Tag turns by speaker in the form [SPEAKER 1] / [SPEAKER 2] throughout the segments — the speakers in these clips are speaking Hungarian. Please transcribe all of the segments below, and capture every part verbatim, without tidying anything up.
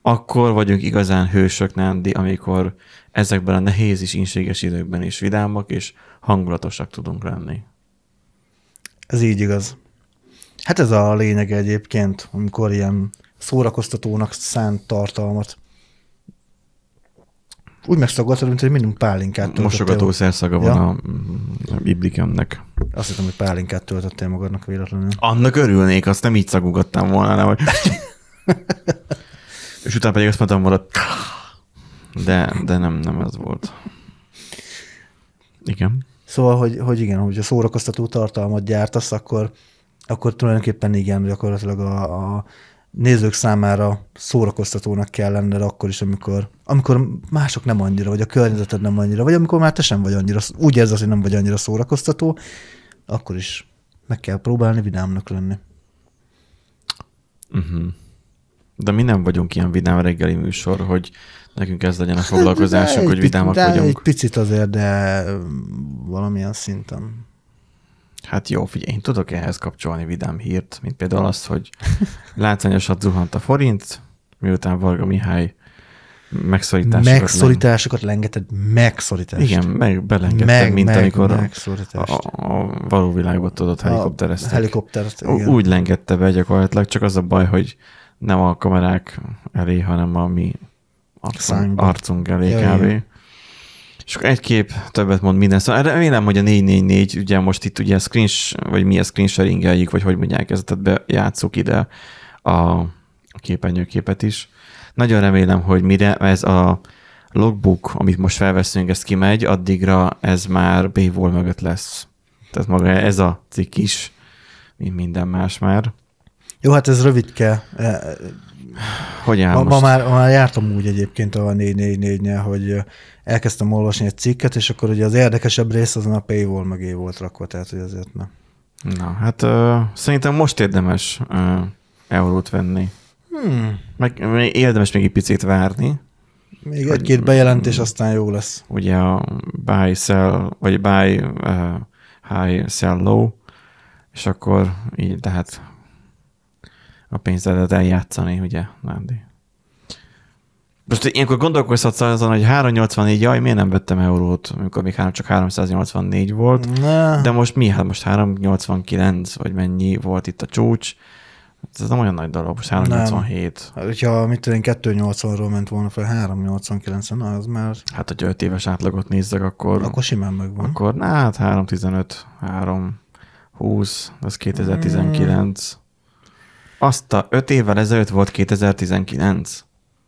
[SPEAKER 1] akkor vagyunk igazán hősök, Nándi, amikor ezekben a nehéz és ínséges időkben is vidámak és hangulatosak tudunk lenni.
[SPEAKER 2] Ez így igaz. Hát ez a lényeg egyébként, amikor ilyen szórakoztatónak szánt tartalmat. Úgy megszagoltad, mint hogy mindig pálinkát töltöttél.
[SPEAKER 1] Mosogató szerszaga van
[SPEAKER 2] ja.
[SPEAKER 1] a Iblikemnek.
[SPEAKER 2] Azt hittem, hogy pálinkát töltöttél magadnak véletlenül.
[SPEAKER 1] Annak örülnék, azt nem így szagogattam volna, nem, hogy... És utána pedig azt mondtam volna, de, de nem, nem ez volt. Igen.
[SPEAKER 2] Szóval, hogy, hogy igen, hogy a szórakoztató tartalmat gyártasz, akkor, akkor tulajdonképpen igen, gyakorlatilag a, a nézők számára szórakoztatónak kell lenned akkor is, amikor, amikor mások nem annyira, vagy a környezeted nem annyira, vagy amikor már te sem vagy annyira, úgy érzed, hogy nem vagy annyira szórakoztató, akkor is meg kell próbálni vidámnak lenni.
[SPEAKER 1] Uh-huh. De mi nem vagyunk ilyen vidám reggeli műsor, hogy nekünk ez legyen a foglalkozásunk, hogy vidámak
[SPEAKER 2] de
[SPEAKER 1] vagyunk.
[SPEAKER 2] Egy picit azért, de valamilyen szinten.
[SPEAKER 1] Hát jó, figyelj, én tudok ehhez kapcsolni vidám hírt, mint például azt, hogy látványosat zuhant a forint, miután Varga Mihály megszorításokat...
[SPEAKER 2] Megszorításokat leng... lengeted, megszorításokat.
[SPEAKER 1] Igen, meg belengedtem, meg, mint meg, amikor a, a, a való világban tudott helikoptereztek.
[SPEAKER 2] Helikoptert,
[SPEAKER 1] igen. Úgy lengedte be gyakorlatilag, csak az a baj, hogy nem a kamerák elé, hanem a mi arcunk, arcunk elé kb. És akkor egy kép többet mond minden. Szóval remélem, hogy a négy négy négy, ugye most itt ugye screen, vagy mi a screen sharingeljük, vagy hogy mondják ezt, tehát bejátszuk ide a képernyőképet is. Nagyon remélem, hogy mire ez a logbook, amit most felveszünk, ez kimegy, addigra ez már paywall mögött lesz. Tehát maga ez a cikk is, mint minden más már.
[SPEAKER 2] Jó, hát ez rövidke.
[SPEAKER 1] Hogy áll
[SPEAKER 2] ma,
[SPEAKER 1] most?
[SPEAKER 2] Ma már, ma már jártam úgy egyébként a négy négy négynél, hogy elkezdtem olvasni egy cikket, és akkor ugye az érdekesebb rész azon a paywall mögé volt rakva, tehát hogy azért ne.
[SPEAKER 1] Na, hát uh, szerintem most érdemes uh, eurót venni.
[SPEAKER 2] Hmm.
[SPEAKER 1] Meg érdemes még egy picit várni.
[SPEAKER 2] Még egy-két bejelentés, aztán jó lesz.
[SPEAKER 1] Ugye a buy, sell, vagy buy, uh, high, sell low, és akkor így lehet a pénzedet eljátszani, ugye, Nándi? Most ilyenkor gondolkozhatsz azon, hogy háromszáznyolcvannégy, jaj, miért nem vettem eurót, amikor még csak háromszáznyolcvannégy volt, ne. De most mi? Hát most háromszáznyolcvankilenc, vagy mennyi volt itt a csúcs. Ez nem olyan nagy dolog, most háromszáznyolcvanhét.
[SPEAKER 2] Hát, hogyha mit tudom én, kettőszáznyolcvanról ment volna fel háromszáznyolcvankilenc, na az már...
[SPEAKER 1] Hát, hogyha öt éves átlagot nézzek, akkor...
[SPEAKER 2] Akkor simán megvan.
[SPEAKER 1] Akkor, na, hát háromszáztizenöt, háromszázhúsz, ez kétezer-tizenkilenc. Hmm. Azt a öt évvel ezelőtt volt kétezer-tizenkilenc.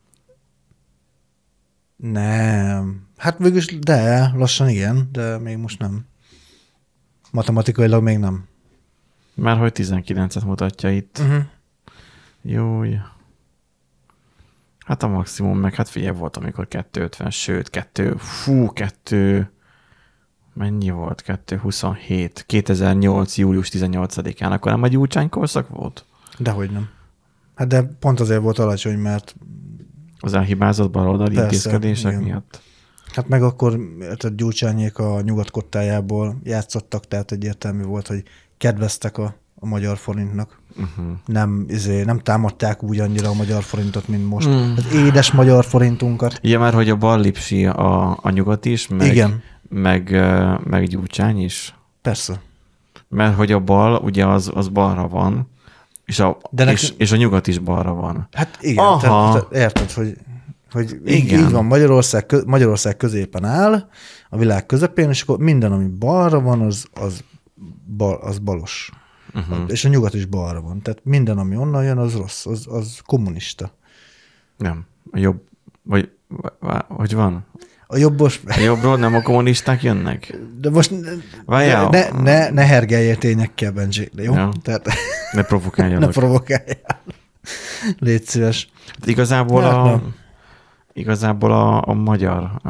[SPEAKER 2] Nem. Hát végülis, de lassan igen, de még most nem. Matematikailag még nem.
[SPEAKER 1] Már hogy tizenkilencet mutatja itt. Uh-huh. Jó. Hát a maximum, meg hát figyelj, volt, amikor kettőszázötven, sőt, kettő, fú, kettő, mennyi volt? kettőszázhuszonhét, kétezer-nyolc. július tizennyolcadikán, akkor nem a gyurcsány korszak volt?
[SPEAKER 2] Dehogy nem. Hát de pont azért volt alacsony, mert
[SPEAKER 1] az elhibázott baloldali intézkedések igen. miatt.
[SPEAKER 2] Hát meg akkor a Gyurcsányék a nyugat kottájából játszottak, tehát egyértelmű volt, hogy kedveztek a, a magyar forintnak. Uh-huh. Nem, izé, nem támadták úgy annyira a magyar forintot, mint most. Mm. Az édes magyar forintunkat.
[SPEAKER 1] Igen, már hogy a bal lipsi a, a nyugat is, meg, igen. meg, meg Gyurcsány is.
[SPEAKER 2] Persze.
[SPEAKER 1] Mert hogy a bal, ugye az, az balra van, és a, és, neki... és a nyugat is balra van.
[SPEAKER 2] Hát igen, te, te érted, hogy, hogy igen. így van, Magyarország, Magyarország középen áll, a világ közepén, és akkor minden, ami balra van, az, az, bal, az balos. Uh-huh. És a nyugat is balra van. Tehát minden, ami onnan jön, az rossz, az, az kommunista.
[SPEAKER 1] Nem, a jobb, vagy hogy van?
[SPEAKER 2] A jobbos...
[SPEAKER 1] A jobbról nem a kommunisták jönnek?
[SPEAKER 2] De most ne, ne, ne, ne hergeljél tényekkel, Benji, de jó?
[SPEAKER 1] Ja.
[SPEAKER 2] Tehát,
[SPEAKER 1] ne provokáljanak.
[SPEAKER 2] Ne provokáljál. Légy szíves.
[SPEAKER 1] Hát igazából, ja, a, igazából a, a magyar a,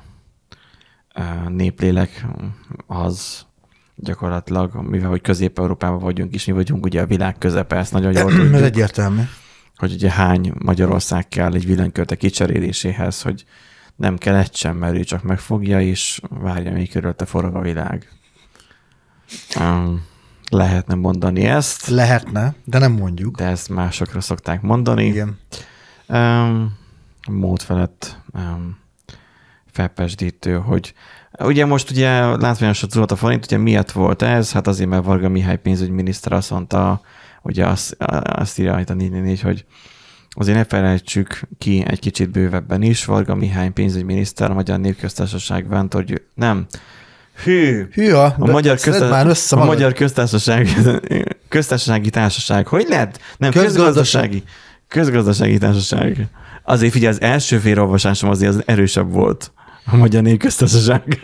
[SPEAKER 1] a néplélek az gyakorlatilag, mivel hogy Közép-Európában vagyunk, és mi vagyunk ugye a világ közepe, ezt nagyon jól tudjuk.
[SPEAKER 2] Ez egyértelmű.
[SPEAKER 1] Hogy ugye hány Magyarország kell egy villanykörte kicseréléséhez, hogy nem kell egy sem, mert ő csak megfogja, és várja, még körülte forog a világ. Um, lehetne mondani ezt.
[SPEAKER 2] Lehetne, de nem mondjuk.
[SPEAKER 1] De ezt másokra szokták mondani.
[SPEAKER 2] Igen.
[SPEAKER 1] Um, mód felett um, felpesdítő, hogy ugye most ugye látványosodott a forint, ugye miatt volt ez? Hát azért, mert Varga Mihály pénzügyminiszter azt mondta, ugye azt, azt írja itt a négy négy négy, hogy azért ne felejtsük ki egy kicsit bővebben is, Varga Mihály pénzügyminiszter, a Magyar Népköztársaság Vántorgyű... Nem. Hű!
[SPEAKER 2] Hűha,
[SPEAKER 1] a Magyar, köztár... a Magyar Köztársaság... Köztársasági Társaság. Hogy lehet? Nem, közgazdasági. Közgazdasági Társaság. Azért figyelj, az első félreolvasásom azért az erősebb volt. A Magyar Népköztársaság.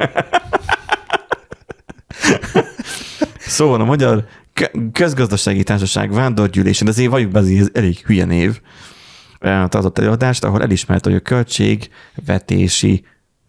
[SPEAKER 1] Szóval a Magyar Közgazdasági Társaság Vándorgyűlésén, azért valljuk be, ez elég hülye név, tartott előadást, ahol elismerte, hogy a költségvetési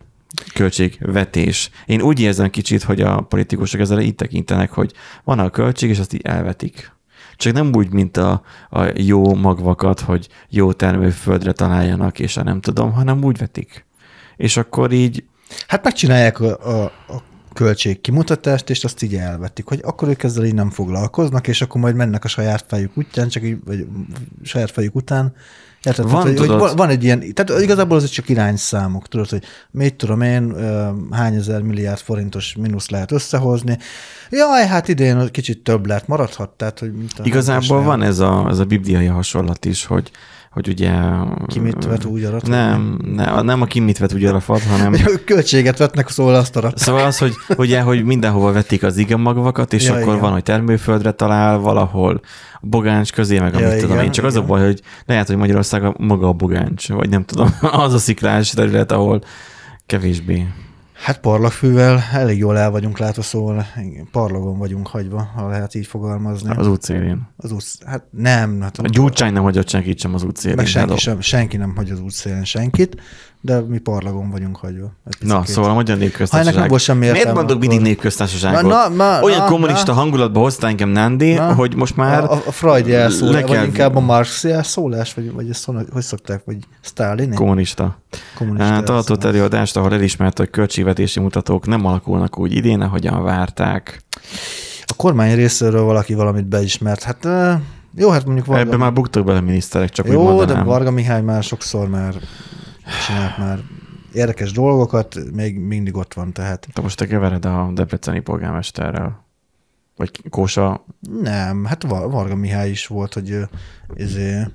[SPEAKER 1] költségvetés. Én úgy érzem kicsit, hogy a politikusok ezzel így tekintenek, hogy van a költség, és azt így elvetik. Csak nem úgy, mint a, a jó magvakat, hogy jó termőföldre találjanak, és nem tudom, hanem úgy vetik. És akkor így...
[SPEAKER 2] Hát megcsinálják a, a, a költségkimutatást, és azt így elvetik, hogy akkor ők ezzel így nem foglalkoznak, és akkor majd mennek a saját fejük útján, csak így, vagy saját fejük után. Érted? Van, tehát, hogy, hogy van egy ilyen, tehát igazából az csak irányszámok, tudod, hogy mit tudom én, hány ezer milliárd forintos mínusz lehet összehozni. Jaj, hát idén kicsit több lehet, maradhat. Tehát, hogy mint
[SPEAKER 1] igazából van ez a, ez a bibliai hasonlat is, hogy hogy ugye...
[SPEAKER 2] Ki mit vet úgy arat?
[SPEAKER 1] Nem, nem, nem a ki mit vet úgy arafat, hanem...
[SPEAKER 2] Költséget vetnek, szóval azt arat.
[SPEAKER 1] Szóval az, hogy, ugye, hogy mindenhova vették az igemagvakat, és ja, akkor igen. Van, hogy termőföldre talál valahol bogáncs közé, meg amit ja, tudom igen, én. Csak igen. Az a baj, hogy lehet, hogy Magyarország maga a bogáncs, vagy nem tudom, az a sziklás terület, ahol kevésbé.
[SPEAKER 2] Hát parlagfűvel elég jól el vagyunk látva, szóval parlagon vagyunk hagyva, ha lehet így fogalmazni.
[SPEAKER 1] Az útszélén.
[SPEAKER 2] Az út, hát nem. Hát
[SPEAKER 1] a Gyurcsány nem hagyott senkit sem az útszélén.
[SPEAKER 2] Meg senki, sem, senki nem hagy az útszélén senkit, de mi parlagon vagyunk hagyva.
[SPEAKER 1] Na, szóval a Magyar Népköztársaság.
[SPEAKER 2] Miért
[SPEAKER 1] mondok mindig népköztársaságot?
[SPEAKER 2] Na, na,
[SPEAKER 1] Olyan
[SPEAKER 2] na,
[SPEAKER 1] kommunista
[SPEAKER 2] na.
[SPEAKER 1] hangulatba hozta engem Nándi, na. Hogy most már...
[SPEAKER 2] A, a Freud jelszólás, vagy inkább a Marx jelszólás, vagy, vagy ezt hogy szokták, vagy Sztálin?
[SPEAKER 1] Kommunista. Kommunista tartott előadást, ahol elismerte, hogy költségvetési mutatók nem alakulnak úgy idén, ahogyan várták.
[SPEAKER 2] A kormány részéről valaki valamit beismert. Hát jó, hát mondjuk...
[SPEAKER 1] Varga... Ebben már buktak bele miniszterek, csak
[SPEAKER 2] jó,
[SPEAKER 1] úgy mondanám.
[SPEAKER 2] De Varga Mihály már sokszor már csinált már érdekes dolgokat, még mindig ott van, tehát...
[SPEAKER 1] Te most te kevered a debreceni polgármesterrel? Vagy Kósa?
[SPEAKER 2] Nem, hát Varga Mihály is volt, hogy ezért...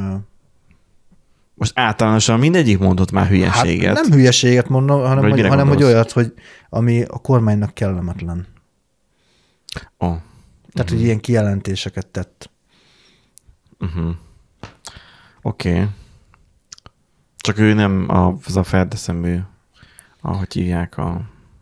[SPEAKER 1] Most általánosan mindegyik mondott már hülyeséget.
[SPEAKER 2] Hát nem hülyeséget mondom, hanem, hogy, hanem hogy olyat, hogy ami a kormánynak kellemetlen.
[SPEAKER 1] Oh.
[SPEAKER 2] Tehát, uh-huh. hogy ilyen kijelentéseket tett.
[SPEAKER 1] Uh-huh. Oké. Okay. Csak ő nem az a ferdeszemű, ahogy hívják a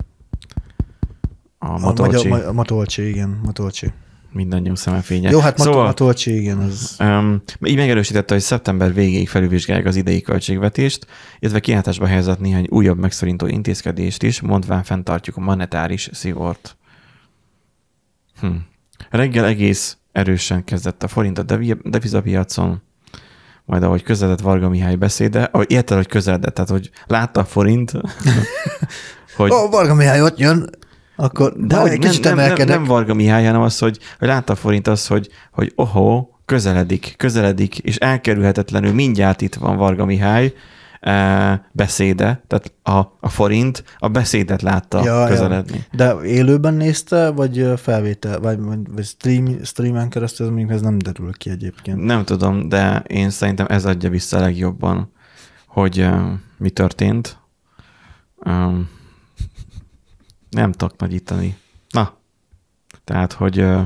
[SPEAKER 1] a Matolcsi.
[SPEAKER 2] A, a Matolcsi, igen, Matolcsi.
[SPEAKER 1] Mindannyiunk szemefénye.
[SPEAKER 2] Jó, hát szóval, Matolcsi, igen. Az...
[SPEAKER 1] Um, így megerősítette, hogy szeptember végéig felülvizsgálják az idei költségvetést, illetve kihatásba helyezett néhány újabb megszorító intézkedést is, mondván fenntartjuk a monetáris szigort. Hm. Reggel egész erősen kezdett a forint a devizapiacon, majd ahogy közeledett Varga Mihály beszéde, ahogy érted, hogy közeledett, tehát hogy látta a forint,
[SPEAKER 2] hogy... Ó, Varga Mihály ott jön, akkor de
[SPEAKER 1] hogy nem, nem, nem, nem Varga Mihály, hanem az, hogy, hogy látta a forint az, hogy, hogy ohó, közeledik, közeledik, és elkerülhetetlenül mindjárt itt van Varga Mihály e, beszéde, tehát a, a forint a beszédet látta ja, közeledni.
[SPEAKER 2] Ja. De élőben nézte, vagy felvétel, vagy, vagy stream, streamen keresztül, még ez nem derül ki egyébként.
[SPEAKER 1] Nem tudom, de én szerintem ez adja vissza legjobban, hogy uh, mi történt. Um, Nem tudok nagyítani. Na, tehát, hogy uh,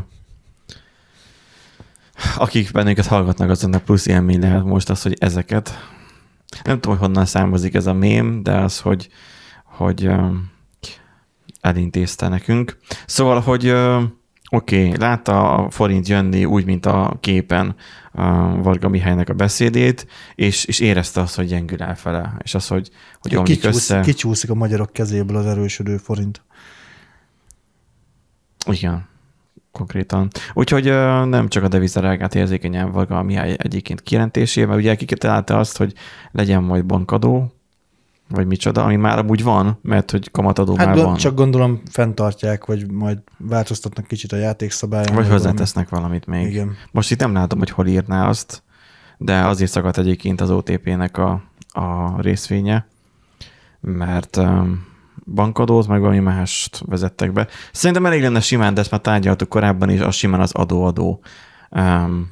[SPEAKER 1] akik bennünket hallgatnak, azoknak plusz élmény lehet most az, hogy ezeket, nem tudom, hogy honnan származik ez a mém, de az, hogy, hogy uh, elintézte nekünk. Szóval, hogy uh, oké, okay, látta a forint jönni úgy, mint a képen uh, Varga Mihálynak a beszédét, és, és érezte azt, hogy gyengül elfele, és az, hogy, hogy omlik
[SPEAKER 2] kicsúsz,
[SPEAKER 1] össze.
[SPEAKER 2] Kicsúszik a magyarok kezéből az erősödő forint.
[SPEAKER 1] Igen, konkrétan. Úgyhogy uh, nem csak a devizarágát érzékenyen Varga Mihály egyébként kijelentésével, ugye kitalálta azt, hogy legyen majd bankadó, vagy micsoda, ami már amúgy van, mert hogy kamatadó
[SPEAKER 2] hát
[SPEAKER 1] már
[SPEAKER 2] gond,
[SPEAKER 1] van.
[SPEAKER 2] Csak gondolom fenntartják, vagy majd változtatnak kicsit a játékszabályon.
[SPEAKER 1] Vagy hozzátesznek valamit még.
[SPEAKER 2] Igen.
[SPEAKER 1] Most itt nem látom, hogy hol írná azt, de azért szakadt egyébként az o té pé-nek a, a részvénye, mert um, bankadót, meg valami mást vezettek be. Szerintem elég lenne simán, de ezt már tárgyaltuk korábban is, az simán az adó-adó. Um,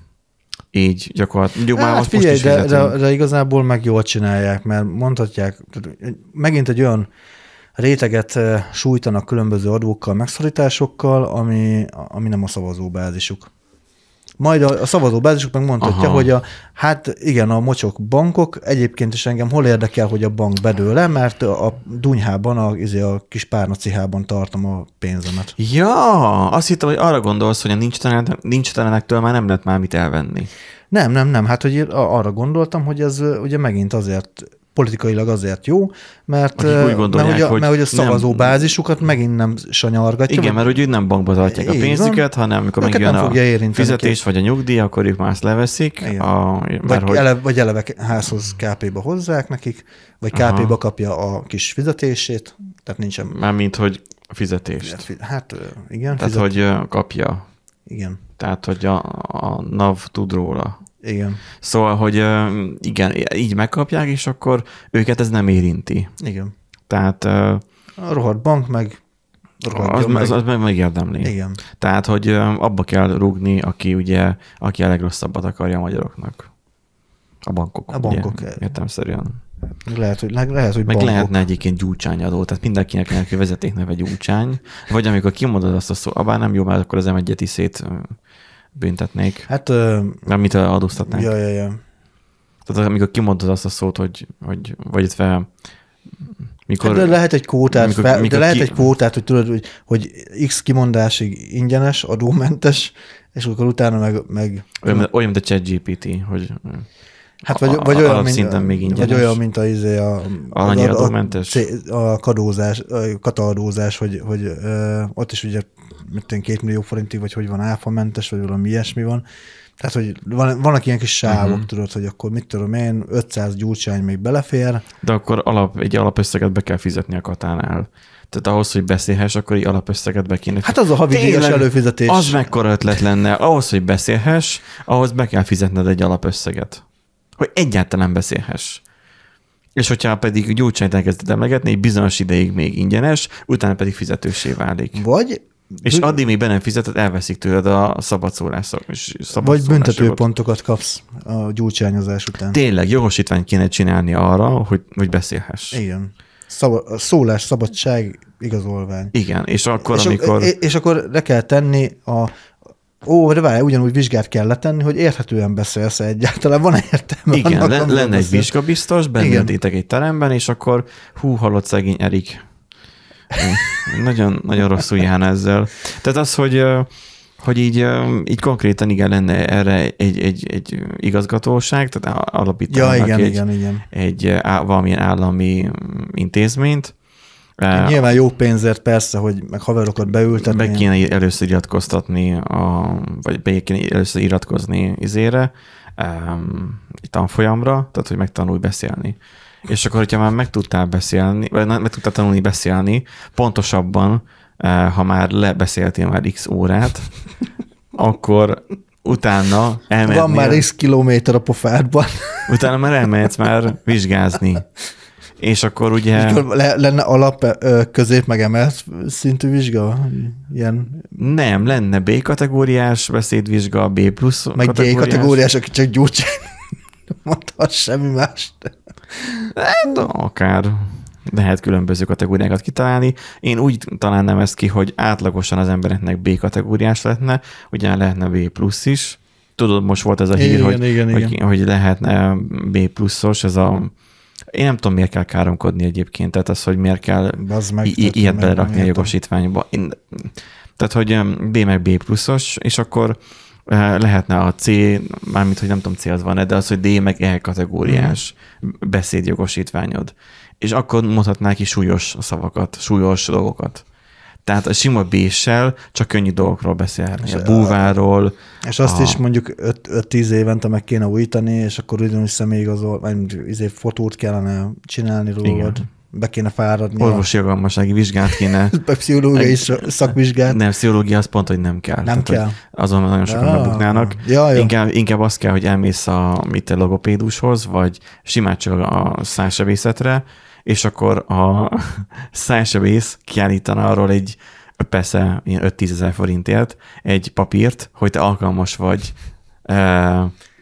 [SPEAKER 1] így gyakorlatilag.
[SPEAKER 2] Hát,
[SPEAKER 1] most
[SPEAKER 2] figyelj,
[SPEAKER 1] most is
[SPEAKER 2] de, de, de igazából meg jól csinálják, mert mondhatják, megint egy olyan réteget sújtanak különböző adókkal, megszorításokkal, ami, ami nem a szavazóbázisuk. Majd a, a szavazóbázisuk meg mondhatja, Aha. hogy a, hát igen, a mocsok bankok, egyébként is engem hol érdekel, hogy a bank bedől-e, mert a dunyhában, a, a kis párnacihában tartom a pénzemet.
[SPEAKER 1] Ja, azt hittem, hogy arra gondolsz, hogy a nincs, telen, nincs telenektől már nem lehet már mit elvenni.
[SPEAKER 2] Nem, nem, nem. Hát hogy arra gondoltam, hogy ez ugye megint azért politikailag azért jó, mert, mert, hogy, a,
[SPEAKER 1] hogy
[SPEAKER 2] mert hogy a szavazóbázisukat megint nem sanyargatja.
[SPEAKER 1] Igen, mert úgy nem bankba tartják a pénzüket, van, hanem amikor megjön a fizetés vagy a nyugdíj, akkor ők már azt leveszik. A,
[SPEAKER 2] vagy, hogy... eleve, vagy eleve házhoz ká pébe hozzák nekik, vagy ká pébe kapja a kis fizetését, tehát nincsen...
[SPEAKER 1] Mármint, hogy fizetést.
[SPEAKER 2] Hát igen.
[SPEAKER 1] Tehát, fizet... hogy kapja.
[SPEAKER 2] Igen.
[SPEAKER 1] Tehát, hogy a, a NAV tud róla.
[SPEAKER 2] Igen.
[SPEAKER 1] Szóval, hogy igen, így megkapják, és akkor őket ez nem érinti.
[SPEAKER 2] Igen.
[SPEAKER 1] Tehát...
[SPEAKER 2] A rohadt bank meg...
[SPEAKER 1] Az, meg. az, az meg megérdemli.
[SPEAKER 2] Igen.
[SPEAKER 1] Tehát, hogy abba kell rúgni, aki ugye, aki a legrosszabbat akarja a magyaroknak. A bankok.
[SPEAKER 2] A bankok.
[SPEAKER 1] Ugye, értelemszerűen.
[SPEAKER 2] Lehet, hogy, lehet, hogy
[SPEAKER 1] meg
[SPEAKER 2] bankok.
[SPEAKER 1] lehetne egyébként gyújtsányadó, tehát mindenkinek neki vezetékneve gyújtsány, vagy amikor kimondod azt a szó, abár nem jó, mert akkor az em egyet is szét büntetnék.
[SPEAKER 2] Hát... Uh,
[SPEAKER 1] nem mit adóztatnánk.
[SPEAKER 2] Ja, ja, ja.
[SPEAKER 1] Tehát amikor kimondod azt a szót, hogy, hogy vagy fel, mikor...
[SPEAKER 2] Hát de lehet egy kvótát,
[SPEAKER 1] mikor,
[SPEAKER 2] fel,
[SPEAKER 1] mikor
[SPEAKER 2] de lehet
[SPEAKER 1] ki...
[SPEAKER 2] egy kvótát, hogy tudod, hogy, hogy X kimondásig ingyenes, adómentes, és akkor utána meg... meg
[SPEAKER 1] olyan, olyan, mint a ChatGPT, hogy...
[SPEAKER 2] Hát vagy, vagy, olyan, mint,
[SPEAKER 1] még ingyenes.
[SPEAKER 2] vagy olyan, mint a, izé a,
[SPEAKER 1] a, a,
[SPEAKER 2] a kadózás, a kataadózás, hogy, hogy ö, ott is ugye mint két millió forintig, vagy hogy van áfamentes, vagy valami ilyesmi van. Tehát, hogy van, vannak ilyen kis sávok, uh-huh. tudod, hogy akkor mit tudom én, ötszáz gyurcsány még belefér.
[SPEAKER 1] De akkor alap, egy alapösszeget be kell fizetni a katánál. Tehát ahhoz, hogy beszélhess, akkor egy alapösszeget be kéne.
[SPEAKER 2] Hát az a havidíjas előfizetés.
[SPEAKER 1] Az mekkora ötlet lenne. Ahhoz, hogy beszélhess, ahhoz be kell fizetned egy alapösszeget. Hogy egyáltalán beszélhess. És hogyha pedig gyurcsányt elkezded emlegetni, egy bizonyos ideig még ingyenes, utána pedig fizetőssé válik.
[SPEAKER 2] Vagy...
[SPEAKER 1] És addig még be nem fizeted, elveszik tőled a szabadszólások.
[SPEAKER 2] Vagy büntetőpontokat kapsz a gyurcsányozás után.
[SPEAKER 1] Tényleg, jogosítványt kéne csinálni arra, hogy, hogy beszélhess.
[SPEAKER 2] Igen. Szab- szólás, szabadság, igazolvány.
[SPEAKER 1] Igen, és akkor,
[SPEAKER 2] és
[SPEAKER 1] amikor...
[SPEAKER 2] És, és akkor le kell tenni a... Ó, de várj, ugyanúgy vizsgát kell letenni, hogy érthetően beszélsz egyáltalán. Van értelme?
[SPEAKER 1] Igen,
[SPEAKER 2] annak,
[SPEAKER 1] le, lenne egy vizsgabiztos, bennültétek egy teremben, és akkor hú, halott szegény Erik. nagyon, nagyon rosszul járna ezzel. Tehát az, hogy, hogy így, így konkrétan igen lenne erre egy, egy, egy igazgatóság, tehát alapítanak
[SPEAKER 2] ja, igen,
[SPEAKER 1] egy,
[SPEAKER 2] igen, igen.
[SPEAKER 1] egy valamilyen állami intézményt.
[SPEAKER 2] Nyilván jó pénzért persze, hogy meg haverokat beültetni.
[SPEAKER 1] Be kéne először iratkoztatni, a, vagy be kéne először iratkozni izére, um, tanfolyamra, tehát hogy megtanulj beszélni. És akkor, hogyha már meg tudtál beszélni, vagy meg tudtál tanulni beszélni, pontosabban, ha már lebeszéltél már x órát, akkor utána elmennél...
[SPEAKER 2] Van már x kilométer a pofádban.
[SPEAKER 1] Utána már elmehetsz már vizsgázni. És akkor ugye...
[SPEAKER 2] És le, lenne alap, közép, meg emelt szintű vizsga? Ilyen...
[SPEAKER 1] Nem, lenne B kategóriás beszédvizsga, B plusz
[SPEAKER 2] meg
[SPEAKER 1] kategóriás.
[SPEAKER 2] G kategóriás, aki csak gyurcsány. Mondhat semmi mást.
[SPEAKER 1] De akár lehet különböző kategóriákat kitalálni. Én úgy találnám ezt ki, hogy átlagosan az embereknek B kategóriás lehetne, ugyan lehetne B plusz is. Tudod, most volt ez a hír,
[SPEAKER 2] igen,
[SPEAKER 1] hogy,
[SPEAKER 2] igen,
[SPEAKER 1] hogy,
[SPEAKER 2] igen.
[SPEAKER 1] hogy lehetne B pluszos, ez a... Én nem tudom, miért kell káromkodni egyébként, tehát az, hogy miért kell
[SPEAKER 2] meg,
[SPEAKER 1] i- ilyet belerakni a jogosítványba. Én, tehát, hogy B meg B pluszos, és akkor lehetne a C, mármint, hogy nem tudom, C az van, de az, hogy D meg E kategóriás hmm. beszédjogosítványod. És akkor mondhatnál ki súlyos szavakat, súlyos dolgokat. Tehát a sima B-sel csak könnyű dolgokról beszélhetni. A búváról.
[SPEAKER 2] És azt
[SPEAKER 1] a...
[SPEAKER 2] is mondjuk öt-tíz évente meg kéne újítani, és akkor ugyanúgy személyigazol, vagy izé fotót kellene csinálni rólad.
[SPEAKER 1] Igen.
[SPEAKER 2] be kéne fáradni.
[SPEAKER 1] Orvosi jogalmasági vizsgát kéne.
[SPEAKER 2] Pszichológiai szakvizsgát.
[SPEAKER 1] Nem, pszichológia az pont, hogy nem kell.
[SPEAKER 2] Nem
[SPEAKER 1] Tehát,
[SPEAKER 2] kell.
[SPEAKER 1] Azon nagyon sokan
[SPEAKER 2] Ja.
[SPEAKER 1] megbuknának.
[SPEAKER 2] Ja, ja.
[SPEAKER 1] Inkább, inkább az kell, hogy elmész a mit, a logopédushoz, vagy simán csak a szájsebészetre, és akkor a szájsebész kiállítana arról egy, persze ilyen öt-tízezer forintért egy papírt, hogy te alkalmas vagy uh,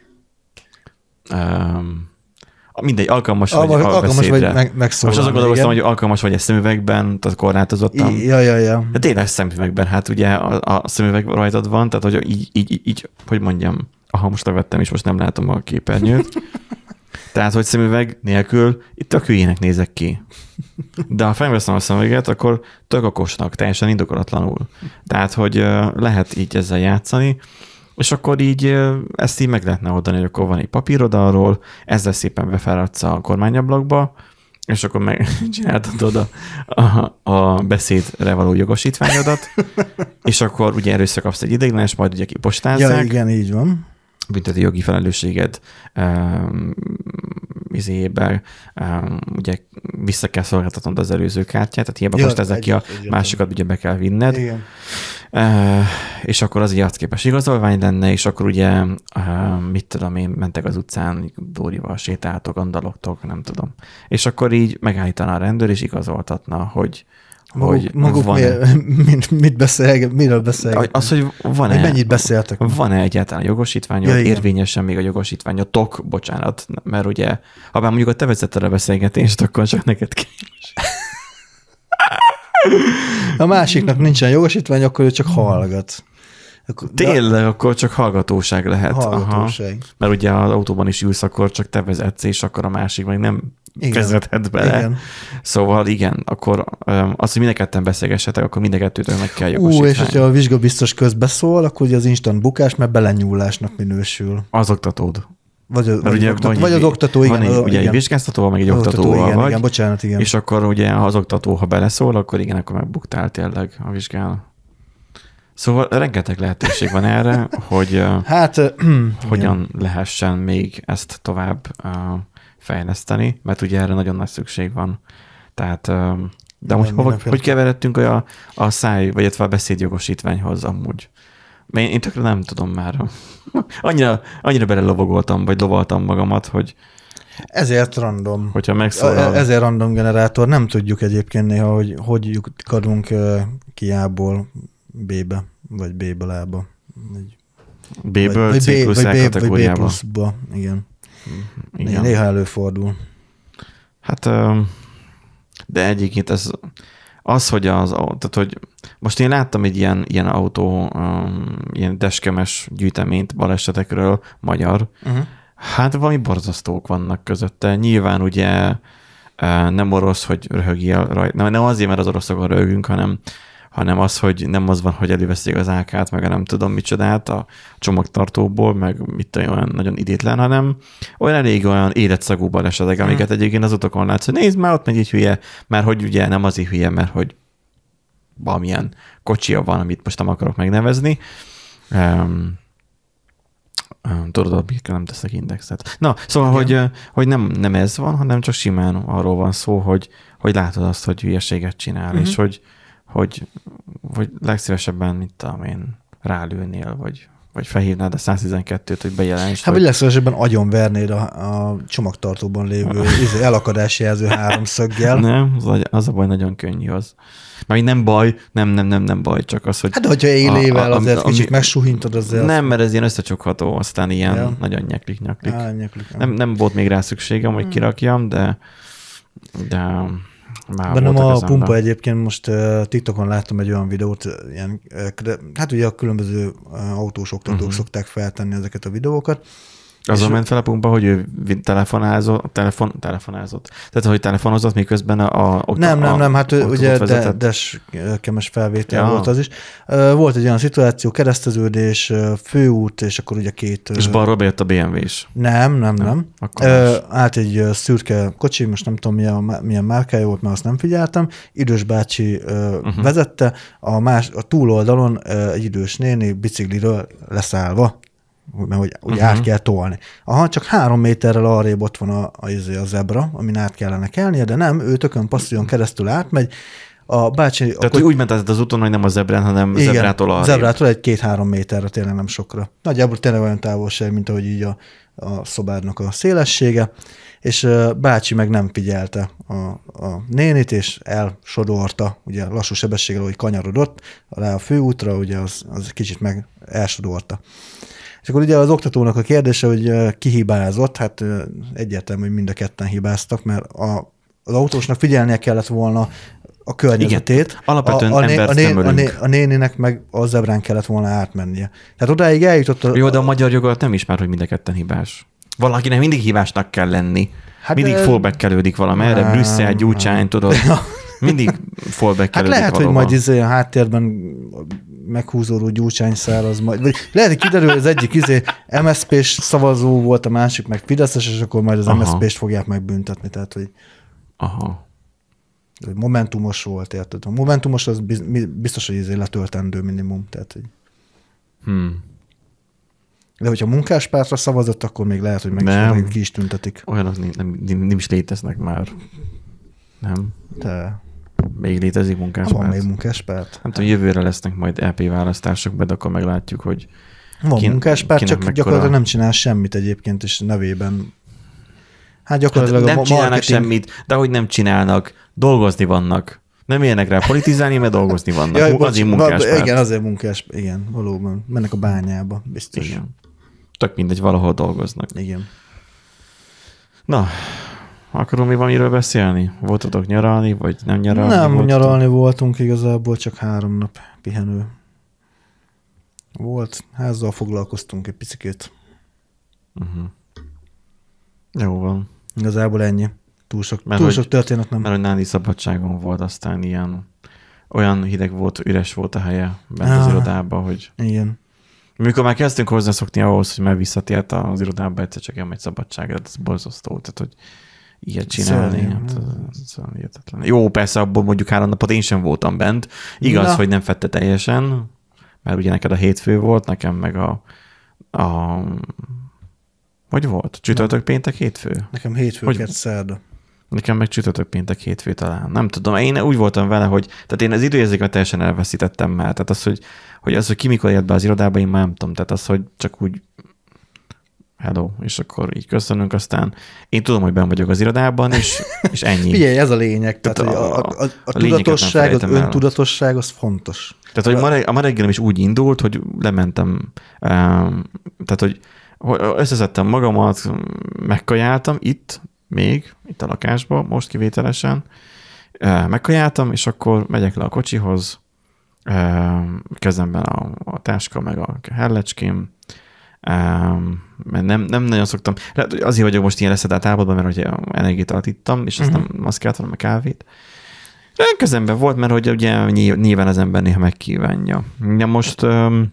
[SPEAKER 1] um, mindegy, alkalmas vagy
[SPEAKER 2] Alkalmas,
[SPEAKER 1] a
[SPEAKER 2] alkalmas
[SPEAKER 1] beszédre.
[SPEAKER 2] vagy meg, megszólalni.
[SPEAKER 1] Most azon gondolkoztam, hogy alkalmas vagy egy szemüvegben, tehát korlátozottan.
[SPEAKER 2] I, ja, ja, ja.
[SPEAKER 1] De tényleg szemüvegben, hát ugye a, a szemüveg rajtad van, tehát hogy így, így, így, hogy mondjam, aha, most levettem, és most nem látom a képernyőt. Tehát, hogy szemüveg nélkül itt tök hülyének nézek ki. De ha felveszem a szemüveget, akkor tök okosnak, teljesen indokolatlanul. Tehát, hogy lehet így ezzel játszani, és akkor így ezt így meg lehetne oldani, hogy akkor van egy papírod arról, ezzel szépen befáradsz a kormányablakba, és akkor megcsináltatod a, a, a beszédre való jogosítványodat, és akkor ugye először kapsz egy ideiglenes, majd ugye kipostázzák.
[SPEAKER 2] Ja, igen, így van.
[SPEAKER 1] Bünteti jogi felelősséged um, izébe, um, ugye vissza kell szolgáltatnod az előző kártyát, tehát hiába ja, postázzák ki a egy, másikat, ugye be kell vinned.
[SPEAKER 2] Igen.
[SPEAKER 1] Uh, és akkor az egy arcképes igazolvány lenne, és akkor ugye, uh, mit tudom én, mentek az utcán, Dórival sétáltok, andalogtok, nem tudom. És akkor így megállítaná a rendőr, és igazoltatna, hogy
[SPEAKER 2] Maguk,
[SPEAKER 1] hogy
[SPEAKER 2] maguk
[SPEAKER 1] van-e,
[SPEAKER 2] mit, mit beszélget, miről beszélget?
[SPEAKER 1] Az, hogy van-e,
[SPEAKER 2] mennyit beszéltek?
[SPEAKER 1] Van-e egyáltalán jogosítványod, ja, érvényesen még a jogosítványotok, bocsánat, mert ugye, ha bár mondjuk a te vezetted a beszélgetést, akkor csak neked kell.
[SPEAKER 2] A másiknak nincsen jogosítvány, akkor ő csak hallgat. Akkor,
[SPEAKER 1] Tényleg, de... akkor csak hallgatóság lehet.
[SPEAKER 2] Hallgatóság.
[SPEAKER 1] Aha. Mert ugye az autóban is ülsz, akkor csak te vezetsz, és akkor a másik meg nem igen. kezdhetett bele. Igen. Szóval igen, akkor az, hogy mindenketten beszélgessetek, akkor mindenkettőtől meg kell jogosítvány.
[SPEAKER 2] Ú, és hogyha a vizsgabiztos közbeszól, akkor ugye az instant bukás, mert belenyúlásnak minősül.
[SPEAKER 1] Az oktatód.
[SPEAKER 2] Vagy, vagy,
[SPEAKER 1] ugye,
[SPEAKER 2] oktató,
[SPEAKER 1] vagy,
[SPEAKER 2] vagy az oktató, igen.
[SPEAKER 1] Van egy, ugye
[SPEAKER 2] igen.
[SPEAKER 1] egy vizsgáztatóval, meg egy
[SPEAKER 2] az
[SPEAKER 1] oktatóval
[SPEAKER 2] oktató, igen,
[SPEAKER 1] vagy.
[SPEAKER 2] Igen, bocsánat, igen.
[SPEAKER 1] És akkor ugye az oktató, ha beleszól, akkor igen, akkor megbuktál tényleg a vizsgán. Szóval rengeteg lehetőség van erre, hogy
[SPEAKER 2] hát,
[SPEAKER 1] hogyan
[SPEAKER 2] igen.
[SPEAKER 1] lehessen még ezt tovább uh, fejleszteni, mert ugye erre nagyon nagy szükség van. Tehát, uh, de most hova, hogy keveredtünk a, a száj, vagy a beszédjogosítványhoz amúgy? Én, én tökre nem tudom már. annyira, annyira belelovagoltam, vagy lovaltam magamat, hogy
[SPEAKER 2] ezért random.
[SPEAKER 1] Hogyha megszólal.
[SPEAKER 2] Ezért random generátor. Nem tudjuk egyébként néha, hogy hogy lyukadunk ki A-ból B-be, vagy B-ből A-ba.
[SPEAKER 1] B-ből vagy, C plusz
[SPEAKER 2] vagy,
[SPEAKER 1] E kategóriába.
[SPEAKER 2] B pluszba, igen.
[SPEAKER 1] igen.
[SPEAKER 2] Néha előfordul.
[SPEAKER 1] Hát, de egyébként ez az, hogy az, tehát, hogy most én láttam egy ilyen, ilyen autó, um, ilyen deskemes gyűjteményt balesetekről, magyar. Uh-huh. Hát valami borzasztók vannak közötte. Nyilván ugye nem orosz, hogy röhögjél rajta. Nem, nem azért, mert az oroszokon röhögünk, hanem, hanem az, hogy nem az van, hogy előveszik az á kát, meg a nem tudom micsodát a csomagtartóból, meg mit olyan nagyon idétlen, hanem olyan elég olyan életszagú balesetek, amiket hmm. egyébként az utakon látsz, hogy nézd már, ott megy egy hülye, mert hogy ugye nem azért hülye, mert hogy valamilyen kocsia van, amit most nem akarok megnevezni. Um, Tudod, amikre nem teszek indexet. Na, szóval, hogy, hogy nem, nem ez van, hanem csak simán arról van szó, hogy, hogy látod azt, hogy hülyeséget csinál, uh-huh. és hogy, hogy, hogy legszívesebben, mint tudom én, rálőnél, vagy, vagy felhívnád a száztizenkettőt, hogy bejelents.
[SPEAKER 2] Hát, vagy legszívesebben agyonvernéd a, a csomagtartóban lévő elakadási jelző háromszöggel.
[SPEAKER 1] Nem, az, az a baj, nagyon könnyű az. Már nem baj, nem, nem, nem, nem baj, csak az, hogy...
[SPEAKER 2] Hát, hogyha élével a, a, azért a, kicsit megsuhintod azért.
[SPEAKER 1] Nem, mert ez ilyen összecsukható, aztán ilyen ja. nagyon nyeklik-nyaklik.
[SPEAKER 2] Á, nyeklik.
[SPEAKER 1] Nem, nem volt még rá szükségem, hogy kirakjam, de, de már
[SPEAKER 2] Bennem a pumpa be. Egyébként most uh, TikTokon láttam egy olyan videót, ilyen, uh, hát ugye a különböző uh, autós oktatók uh-huh. szokták feltenni ezeket a videókat.
[SPEAKER 1] Azon ment fel a pumpa, hogy ő telefonázott, telefon, telefonázott. Tehát, hogy telefonozott, miközben a... a
[SPEAKER 2] nem, nem, nem, hát ugye de, dashkemes felvétel ja. volt az is. Volt egy olyan szituáció, kereszteződés, főút, és akkor ugye két...
[SPEAKER 1] És balról bejött a bé em vé-s.
[SPEAKER 2] Nem, nem, nem. nem. Állt egy szürke kocsi, most nem tudom, milyen, milyen márkája volt, mert azt nem figyeltem. Idős bácsi uh-huh. vezette, a, más, a túloldalon egy idős néni bicikliről leszállva mert hogy, hogy uh-huh. át kell tolni. Aha, csak három méterrel arrébb ott van a, a, a zebra, amin át kellene kelnie, de nem, ő tökön passzíjon keresztül átmegy. A bácsi...
[SPEAKER 1] Tehát akkor... úgy ment az úton, hogy nem a zebrán, hanem igen, zebrától arrébb.
[SPEAKER 2] Zebrától egy két-három méterre, tényleg nem sokra. Nagyjából tényleg olyan távolság, mint ahogy így a, a szobádnak a szélessége, és bácsi meg nem figyelte a, a nénit, és elsodorta, ugye lassú sebességgel, hogy kanyarodott rá a főútra, ugye az, az kicsit meg elsodorta. És akkor ugye az oktatónak a kérdése, hogy ki hibázott, hát egyértelmű, hogy mind a ketten hibáztak, mert a, az autósnak figyelnie kellett volna a környezetét.
[SPEAKER 1] Igen, alapvetően
[SPEAKER 2] a, a,
[SPEAKER 1] embert
[SPEAKER 2] a, né,
[SPEAKER 1] nem
[SPEAKER 2] a, né, a néninek meg a zebrán kellett volna átmennie. Tehát odáig eljutott a...
[SPEAKER 1] Jó, de a magyar jogalat nem ismer, hogy mind a ketten hibás. Valakinek mindig hibásnak kell lenni. Hát mindig de... fallback-kelődik valamerre, Brüsszel, Gyurcsány, tudod. Mindig fallback-kelődik
[SPEAKER 2] hát lehet,
[SPEAKER 1] valahol.
[SPEAKER 2] hogy majd izé a háttérben meghúzódó Gyurcsány-szár az majd... Vagy lehet, hogy kiderül, hogy az egyik izé em es zé pés szavazó volt, a másik meg fideszes, és akkor majd az Aha. em es zé pést fogják megbüntetni. Tehát, hogy...
[SPEAKER 1] Aha.
[SPEAKER 2] Momentumos volt, érted? A momentumos az biztos, hogy izé letöltendő minimum. Tehát, hogy...
[SPEAKER 1] Hmm.
[SPEAKER 2] De hogyha munkáspártra szavazott, akkor még lehet, hogy meg
[SPEAKER 1] nem.
[SPEAKER 2] is, ki is tüntetik.
[SPEAKER 1] Olyanok nem, nem, nem, nem is léteznek már. Nem?
[SPEAKER 2] De...
[SPEAKER 1] Még létezik munkáspárt?
[SPEAKER 2] Van még munkáspárt.
[SPEAKER 1] Nem tudom, jövőre lesznek majd é pé választások, de akkor meglátjuk, hogy
[SPEAKER 2] van kin, munkáspárt, csak mekkora... gyakorlatilag nem csinál semmit egyébként, és nevében. Hát gyakorlatilag
[SPEAKER 1] hát nem
[SPEAKER 2] a
[SPEAKER 1] csinálnak
[SPEAKER 2] marketing...
[SPEAKER 1] semmit, de hogy nem csinálnak, dolgozni vannak. Nem érnek rá politizálni, mert dolgozni vannak.
[SPEAKER 2] Jaj,
[SPEAKER 1] azért munkáspárt.
[SPEAKER 2] Igen, azért munkás, igen, valóban. Mennek a bányába, biztos.
[SPEAKER 1] Igen. Tök mindegy, valahol dolgoznak.
[SPEAKER 2] Igen.
[SPEAKER 1] Na, akarunk mi valamiről beszélni? Voltatok nyaralni, vagy nem nyaralni?
[SPEAKER 2] Nem,
[SPEAKER 1] voltatok?
[SPEAKER 2] nyaralni voltunk igazából, csak három nap pihenő volt. Házzal foglalkoztunk egy picikét.
[SPEAKER 1] Uh-huh. Jó van.
[SPEAKER 2] Igazából ennyi. Túl sok,
[SPEAKER 1] mert
[SPEAKER 2] túl
[SPEAKER 1] hogy,
[SPEAKER 2] sok történet nem.
[SPEAKER 1] Mert hogy náli szabadságon volt, aztán ilyen olyan hideg volt, üres volt a helye bent ah, az irodában, hogy...
[SPEAKER 2] Igen.
[SPEAKER 1] Mikor már kezdtünk hozzászokni ahhoz, hogy már visszatért az irodába, egyszer csak elmegy szabadságra, ez borzasztó, tehát hogy ilyet csinálni. Hát, ez hihetetlen. Jó, persze abból mondjuk három napot én sem voltam bent. Igaz, Na. hogy nem fette teljesen, mert ugye neked a hétfő volt, nekem meg a... a hogy volt? Csütörtök, péntek, hétfő?
[SPEAKER 2] Nekem hétfő, kett, szerda.
[SPEAKER 1] Nekem meg csütörtök, péntek, hétfő talán. Nem tudom. Én úgy voltam vele, hogy tehát én az időérzéket teljesen elveszítettem már. Tehát az, hogy, hogy az, hogy ki mikor jött be az irodába, én már nem tudom. Tehát az, hogy csak úgy hello, és akkor így köszönünk, aztán én tudom, hogy benn vagyok az irodában, és, és ennyi.
[SPEAKER 2] Figyelj, ez a lényeg. Tehát, tehát a, a, a, a, a tudatosság, az öntudatosság, az fontos.
[SPEAKER 1] Tehát, hogy ma, a ma reggelem is úgy indult, hogy lementem, um, tehát, hogy összeszedtem magamat, megkajáltam itt, még, itt a lakásban, most kivételesen, megkajáltam, és akkor megyek le a kocsihoz, kezemben a, a táska, meg a hellecském, mert nem, nem nagyon szoktam, azért vagyok most ilyen leszedált állapotban, mert ugye energiát ittam, és azt uh-huh. nem maszkáltam a kávét. Kezemben volt, mert hogy ugye nyilván az ember néha megkívánja. Ja, most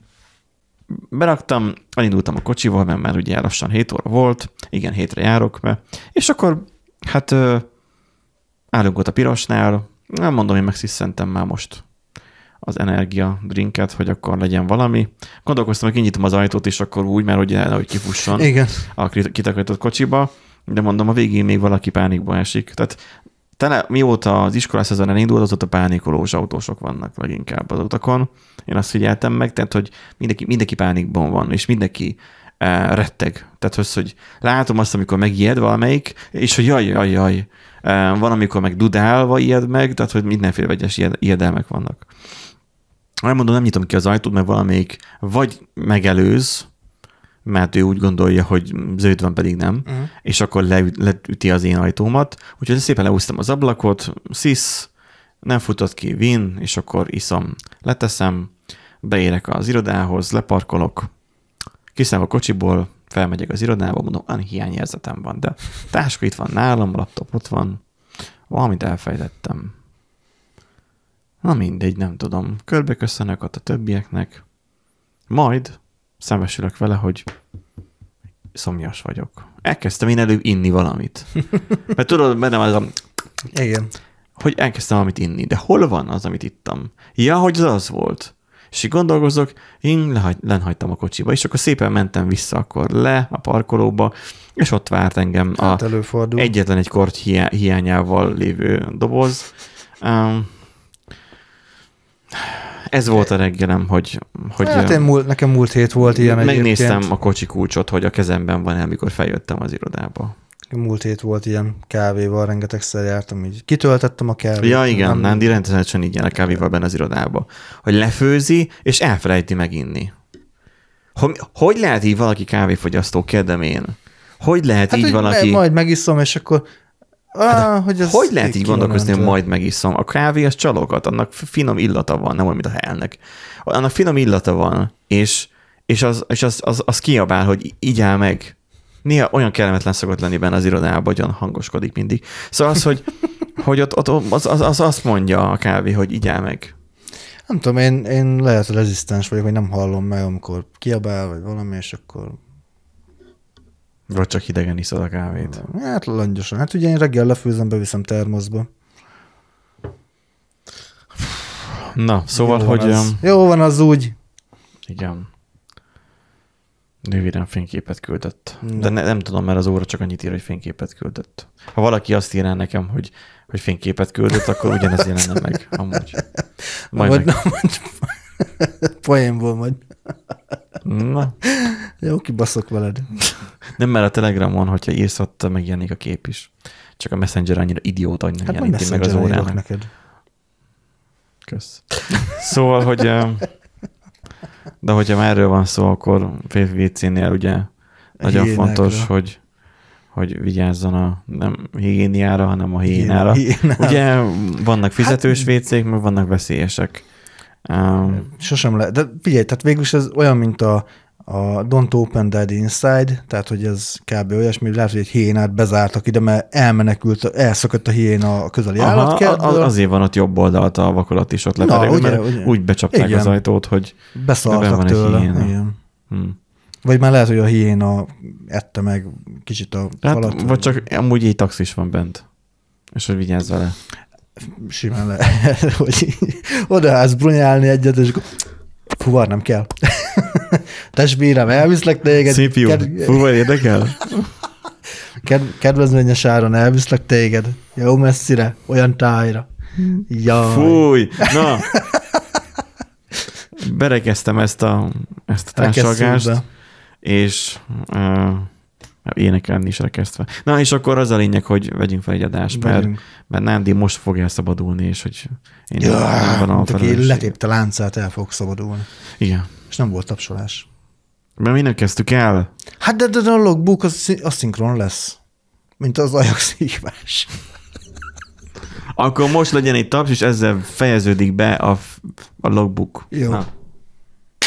[SPEAKER 1] beraktam, elindultam a kocsival, mert már ugye lassan hét óra volt, igen, hétre járok be, és akkor hát állunk ott a pirosnál, nem mondom, hogy megsziszentem már most az energia drinket, hogy akkor legyen valami. Gondolkoztam, hogy kinyitom az ajtót, és akkor úgy, mert ugye hogy kifusson
[SPEAKER 2] igen.
[SPEAKER 1] a kitakarított kocsiba, de mondom, a végén még valaki pánikba esik. Tehát tele, mióta az iskolás szezon elindult, azóta pánikolós autósok vannak leginkább az utakon. Én azt figyeltem meg, tehát, hogy mindenki, mindenki pánikban van, és mindenki uh, retteg. Tehát, hogy, hogy látom azt, amikor megijed valamelyik, és hogy jaj, jaj, jaj. Uh, van, amikor meg dudálva ijed meg, tehát, hogy mindenféle vegyes ijedelmek vannak. Nem mondom, nem nyitom ki az ajtót, mert valamelyik vagy megelőz, mert ő úgy gondolja, hogy zöld van, pedig nem, uh-huh. és akkor leüt, leüti az én ajtómat. Úgyhogy szépen leúztam az ablakot, szisz, nem futott ki, vin, és akkor iszom. Leteszem, beérek az irodához, leparkolok, kiszállok a kocsiból, felmegyek az irodába, mondom, annyi hiányérzetem van, de táska itt van nálam, a laptop ott van, valamit elfejtettem. Na mindegy, nem tudom. Körbeköszönök ott a többieknek, majd szembesülök vele, hogy szomjas vagyok. Elkezdtem én előbb inni valamit. Mert tudod, bennem az a...
[SPEAKER 2] Igen.
[SPEAKER 1] Hogy elkezdtem valamit inni. De hol van az, amit ittam? Ja, hogy az az volt. És így gondolkozok, én lehagy, lenhagytam a kocsiba, és akkor szépen mentem vissza akkor le a parkolóba, és ott várt engem
[SPEAKER 2] hát
[SPEAKER 1] a
[SPEAKER 2] előfordul.
[SPEAKER 1] egyetlen egy kort hiá- hiányával lévő doboz. Um, ez volt a reggelem, hogy... hogy
[SPEAKER 2] hát én múlt, nekem múlt hét volt ilyen
[SPEAKER 1] megnéztem
[SPEAKER 2] egyébként.
[SPEAKER 1] a kocsi kulcsot, hogy a kezemben van, amikor feljöttem az irodába.
[SPEAKER 2] Múlt hét volt ilyen kávéval, rengetegszer jártam, így kitöltettem a kávét.
[SPEAKER 1] Ja, igen,
[SPEAKER 2] nem...
[SPEAKER 1] Nándi rendszeresen így jár a kávéval benne az irodába. Hogy lefőzi, és elfelejti meginni. Hogy, hogy lehet így valaki kávéfogyasztó, kérdem én? Hogy lehet
[SPEAKER 2] hát,
[SPEAKER 1] így
[SPEAKER 2] hogy
[SPEAKER 1] valaki...
[SPEAKER 2] majd megiszom, és akkor... Ah, hogy,
[SPEAKER 1] hogy lehet így gondolkozni, hogy majd megiszom? A kávé az csalogat, annak finom illata van, nem olyan, mint a helnek. Annak finom illata van, és, és, az, és az, az, az kiabál, hogy így áll meg. Néha olyan kellemetlen szokott lenni benne az irodában, hogy olyan hangoskodik mindig. Szóval az, hogy, hogy ott, ott az, az, az azt mondja a kávé, hogy így áll meg.
[SPEAKER 2] Nem tudom, én, én lehet rezisztens vagyok, hogy nem hallom meg, amikor kiabál, vagy valami, és akkor...
[SPEAKER 1] Vagy csak hidegen iszod a kávét.
[SPEAKER 2] Hát langyosan. Hát ugye én reggel lefőzem, beviszem termoszba.
[SPEAKER 1] Na, szóval,
[SPEAKER 2] jó
[SPEAKER 1] hogy...
[SPEAKER 2] Az. Jó van az úgy.
[SPEAKER 1] Igen. Nővérem fényképet küldött.
[SPEAKER 2] Na.
[SPEAKER 1] De ne, nem tudom, mert az óra csak annyit ír, hogy fényképet küldött. Ha valaki azt írná nekem, hogy, hogy fényképet küldött, akkor ugyanez jelenne meg. Amúgy. Majd
[SPEAKER 2] vagy,
[SPEAKER 1] meg...
[SPEAKER 2] na, vagy... Poénból majd.
[SPEAKER 1] Na.
[SPEAKER 2] Jó, kibaszok veled.
[SPEAKER 1] Nem, mert a Telegramon, hogyha írsz, ott megjelenik a kép is. Csak a Messenger annyira idióta, hogy nem
[SPEAKER 2] hát
[SPEAKER 1] jeleníti meg az órán.
[SPEAKER 2] neked.
[SPEAKER 1] Kösz. Szóval, hogy... De hogyha már erről van szó, akkor férfi vécénél ugye nagyon
[SPEAKER 2] hiénákra.
[SPEAKER 1] fontos, hogy, hogy vigyázzon a nem higiéniára, hanem a hiénára.
[SPEAKER 2] Hiénára.
[SPEAKER 1] Ugye vannak fizetős
[SPEAKER 2] hát,
[SPEAKER 1] vécék, meg vannak veszélyesek. Um,
[SPEAKER 2] Sosem lehet. De figyelj, tehát végülis ez olyan, mint a, a Don't Open That Inside, tehát hogy ez kb. Olyasmi, lehet, hogy egy hiénát bezártak ide, mert elmenekült, elszakadt a hiéna a közeli
[SPEAKER 1] aha,
[SPEAKER 2] állatkertből.
[SPEAKER 1] azért van ott jobb oldalt a vakolat is ott leperegő,
[SPEAKER 2] ugye,
[SPEAKER 1] mert
[SPEAKER 2] ugye.
[SPEAKER 1] úgy becsapták
[SPEAKER 2] Igen.
[SPEAKER 1] az ajtót, hogy
[SPEAKER 2] beszartak
[SPEAKER 1] van
[SPEAKER 2] tőle.
[SPEAKER 1] egy hiéna.
[SPEAKER 2] Igen.
[SPEAKER 1] Hmm.
[SPEAKER 2] Vagy már lehet, hogy a hiéna ette meg kicsit a
[SPEAKER 1] Hát,
[SPEAKER 2] falat.
[SPEAKER 1] vagy csak amúgy egy taxis van bent, és hogy vigyázz vele.
[SPEAKER 2] Simán lehet, hogy odaállsz brunyálni egyet, és akkor fuvar nem kell. Testvérem, elviszlek téged.
[SPEAKER 1] Szép jó,
[SPEAKER 2] Ked-
[SPEAKER 1] fúval érdekel?
[SPEAKER 2] Ked- kedvezményes áron elviszlek téged. Jó messzire, olyan tájra. Jaj.
[SPEAKER 1] Fúj! Na! Berekeztem ezt a, ezt a társalgást,
[SPEAKER 2] Rekesszük
[SPEAKER 1] és uh, énekelni is rekesztve. Na, és akkor az a lényeg, hogy vegyünk fel egy adást, mert,
[SPEAKER 2] Vegyünk.
[SPEAKER 1] mert Nándi most fog elszabadulni, és hogy én
[SPEAKER 2] Ja,
[SPEAKER 1] nem van a
[SPEAKER 2] mint aki
[SPEAKER 1] felelősség.
[SPEAKER 2] letépte láncát, el fog szabadulni.
[SPEAKER 1] Igen.
[SPEAKER 2] És nem volt tapsolás.
[SPEAKER 1] Mert mi nem kezdtük el.
[SPEAKER 2] Hát de, de, de a logbook az aszinkron lesz. Mint az Ajax hívás.
[SPEAKER 1] Akkor most legyen egy taps, és ezzel fejeződik be a, a logbook.
[SPEAKER 2] Jó.
[SPEAKER 1] Na.